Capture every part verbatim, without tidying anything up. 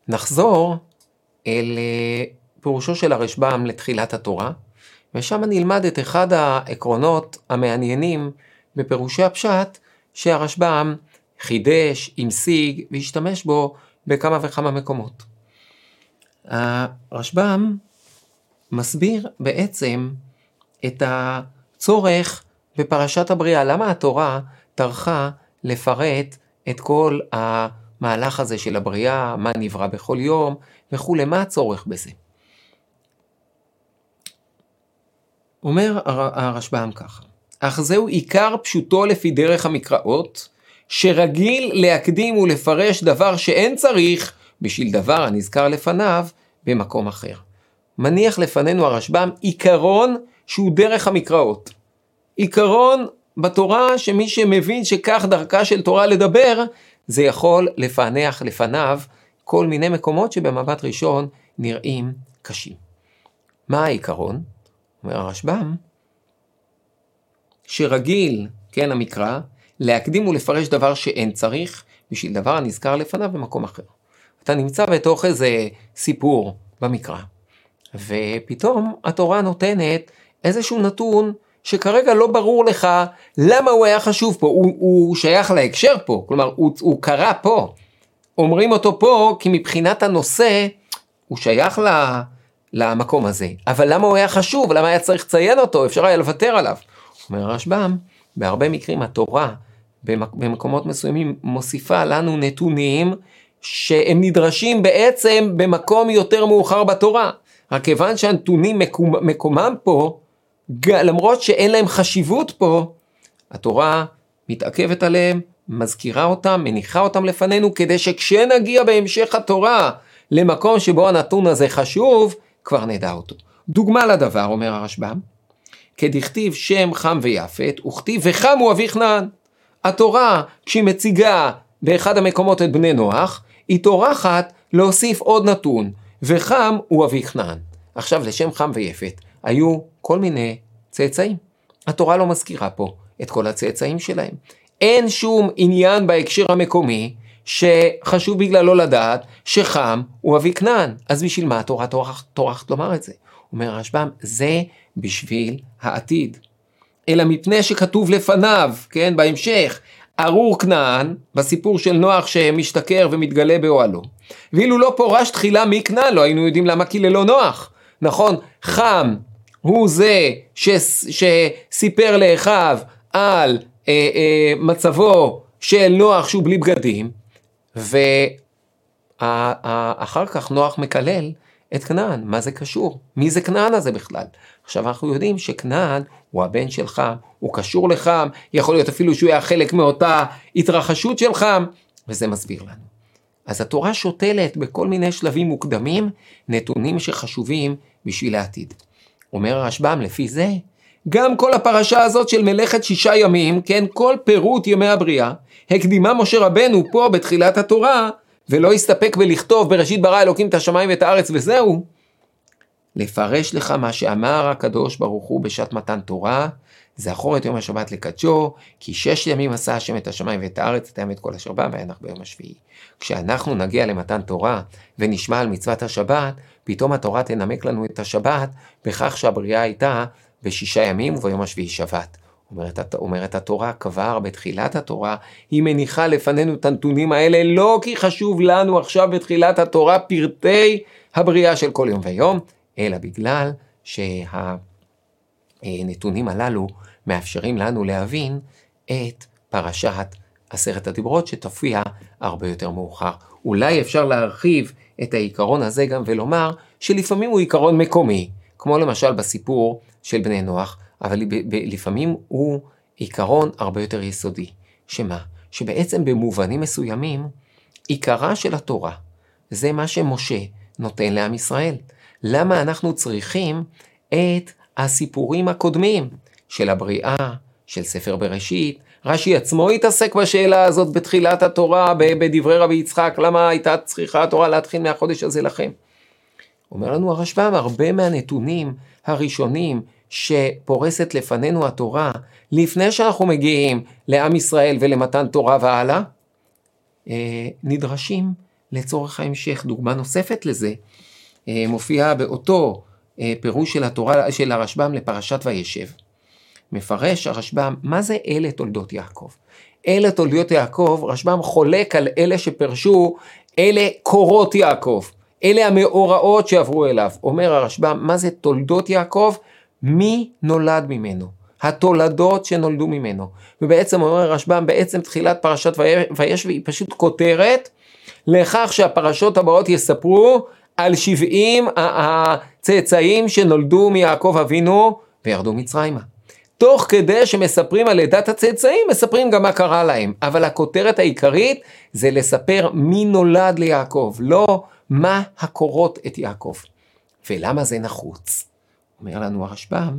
נחזור אל פירושו של הרשב"ם לתחילת התורה, ושם נלמד את אחד העקרונות המעניינים בפירושי הפשט שהרשב"ם חידש, המשיג והשתמש בו בכמה וכמה מקומות. הרשב"ם מסביר בעצם את הצורך בפרשת הבריאה, למה התורה טרחה לפרט את כל המהלך הזה של הבריאה, מה נברא בכל יום וכו', מה הצורך בזה. אומר הרשב"ם ככה, אך זהו עיקר פשוטו לפי דרך המקראות, שרגיל להקדים ולפרש דבר שאין צריך בשביל דבר הנזכר לפניו במקום אחר. מניח לפנינו הרשב"ם עיקרון שהוא דרך המקראות. עיקרון בתורה שמי שמבין שכך דרכה של תורה לדבר, זה יכול לפענח לפניו כל מיני מקומות שבמבט ראשון נראים קשים. מה העיקרון? אומר הרשב"ם, שרגיל, כן המקרא, להקדים ולפרש דבר שאין צריך בשביל דבר הנזכר לפניו במקום אחר. אתה נמצא בתוך איזה סיפור במקרא, ופתאום התורה נותנת איזשהו נתון שכרגע לא ברור לך למה הוא היה חשוב פה, הוא, הוא שייך להקשר פה, כלומר הוא, הוא קרא פה, אומרים אותו פה כי מבחינת הנושא הוא שייך ל, למקום הזה, אבל למה הוא היה חשוב, למה היה צריך לציין אותו, אפשר היה לוותר עליו. אומר הרשב"ם, בהרבה מקרים התורה במקומות מסוימים מוסיפה לנו נתונים שהם נדרשים בעצם במקום יותר מאוחר בתורה, רק כיוון שהנתונים מקומם, מקומם פה, למרות שאין להם חשיבות פה, התורה מתעכבת עליהם, מזכירה אותם, מניחה אותם לפנינו, כדי שכשנגיע בהמשך התורה למקום שבו הנתון הזה חשוב, כבר נדע אותו. דוגמה לדבר, אומר הרשב"ם, כדכתיב שם חם ויפת, וכתיב וחם הוא אבי כנען. התורה, כשהיא מציגה באחד המקומות את בני נוח, היא טורחת להוסיף עוד נתון, וחם הוא אבי כנען. עכשיו לשם חם ויפת, היו כל מיני צאצאים. התורה לא מזכירה פה את כל הצאצאים שלהם. אין שום עניין בהקשר המקומי שחשוב בגלל לא לדעת שחם הוא אבי כנען. אז בשביל מה התורה טורחת טורח, לומר את זה? אומר הרשב"ם, זה בשביל העתיד. אלא מפני שכתוב לפניו, כן, בהמשך, ארור כנען, בסיפור של נוח שמשתכר ומתגלה באוהלו. ואילו לא פורש תחילה מי כנען, לא היינו יודעים למה כי ללא נוח. נכון, חם הוא זה ש, שסיפר לאחיו על אה, אה, מצבו של נוח שהוא בלי בגדים, ואחר כך נוח מקלל את כנען. מה זה קשור? מי זה כנען הזה בכלל? עכשיו אנחנו יודעים שכנען הוא הבן של חם, הוא קשור לחם, יכול להיות אפילו שהוא היה חלק מאותה התרחשות של חם, וזה מסביר לנו. אז התורה שותלת בכל מיני שלבים מוקדמים, נתונים שחשובים בשביל העתיד. אומר הרשב"ם, לפי זה, גם כל הפרשה הזאת של מלאכת שישה ימים, כן, כל פירוט ימי הבריאה, הקדימה משה רבנו פה בתחילת התורה, ולא הסתפק בלכתוב בראשית ברא אלוקים את השמיים ואת הארץ וזהו, לפרש לך מה שאמר הקדוש ברוך הוא בשעת מתן תורה, זכור את יום השבת לקדשו, כי שש ימים עשה השם את השמיים ואת הארץ, את הים את כל אשר בא, וינח ביום השביעי. כשאנחנו נגיע למתן תורה ונשמע על מצוות השבת, פתאום התורה תנמק לנו את השבת בכך שהבריאה הייתה בשישה ימים וביום השביעי שבת. אומרת, אומרת התורה כבר בתחילת התורה, היא מניחה לפנינו את הנתונים האלה, לא כי חשוב לנו עכשיו בתחילת התורה פרטי הבריאה של כל יום ויום, אלא בגלל שהנתונים הללו מאפשרים לנו להבין את פרשת עשרת הדיברות שתופיע הרבה יותר מאוחר. אולי אפשר להרחיב את העיקרון הזה גם ולומר שלפעמים הוא עיקרון מקומי, כמו למשל בסיפור של בני נוח, אבל לפעמים הוא עיקרון הרבה יותר יסודי. שמה? שבעצם במובנים מסוימים, עיקרה של התורה זה מה שמשה נותן לעם ישראל. למה אנחנו צריכים את הסיפורים הקודמים של הבריאה, של ספר בראשית? רש"י עצמו התעסק בשאלה הזאת בתחילת התורה, בדברי רבי יצחק, למה הייתה צריכה התורה להתחיל מהחודש הזה לכם? אומר לנו הרשב"ם, הרבה מהנתונים הראשונים שפורסת לפנינו התורה, לפני שאנחנו מגיעים לעם ישראל ולמתן תורה והלאה, נדרשים לצורך ההמשך. דוגמה נוספת לזה, מופיעה באותו פירוש של התורה של הרשב"ם לפרשת וישב. מפרש הרשב"ם, מה זה אלה תולדות יעקב? אלה תולדות יעקב, רשב"ם חולק על אלה שפרשו, אלה קורות יעקב, אלה המאורעות שעברו אליו. אומר הרשב"ם, מה זה תולדות יעקב? מי נולד ממנו? התולדות שנולדו ממנו. ובעצם אומר הרשב"ם, בעצם תחילת פרשת וישב היא פשוט כותרת, לכך שהפרשות הבאות יספרו על שבעים הצאצאים שנולדו מיעקב אבינו וירדו מצרימה. תוך כדי שמספרים על לידת הצאצאים, מספרים גם מה קרה להם. אבל הכותרת העיקרית זה לספר מי נולד ליעקב, לא מה הקורות את יעקב. ולמה זה נחוץ? אומר לנו הרשב"ם,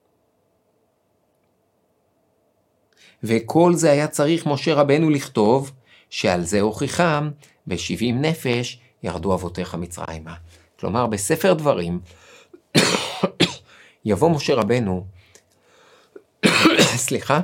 וכל זה היה צריך משה רבנו לכתוב, שעל זה הוכיחם, בשבעים נפש ירדו אבותיך מצרימה. כלומר, בספר דברים, יבוא משה רבנו, סליחה,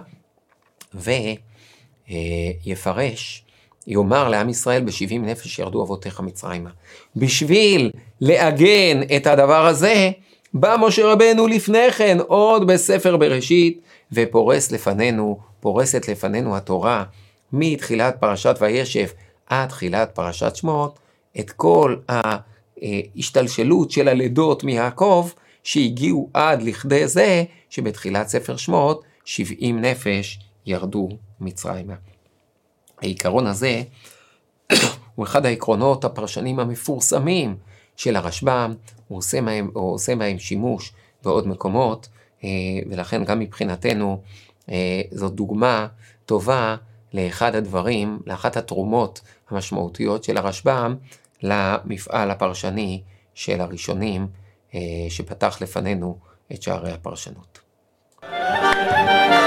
ויפרש, יאמר לעם ישראל, בשבעים נפש ירדו אבותיך מצרימה. בשביל לעגן את הדבר הזה, בא משה רבנו לפני כן, עוד בספר בראשית, ופורס לפנינו, פורסת לפנינו התורה, מתחילת פרשת וישב עד תחילת פרשת שמות, את כל ההשתלשלות של הלידות מיעקב, שהגיעו עד לכדי זה, שבתחילת ספר שמות, שבעים נפש ירדו מצרימה. העיקרון הזה, הוא אחד העקרונות הפרשנים המפורסמים של הרשב"ם, הוא עושה מהם, הוא עושה מהם שימוש בעוד מקומות, ולכן גם מבחינתנו, זאת דוגמה טובה לאחד הדברים, לאחת התרומות המשמעותיות של הרשב"ם, למפעל הפרשני של הראשונים, שפתח לפנינו את שערי הפרשנות.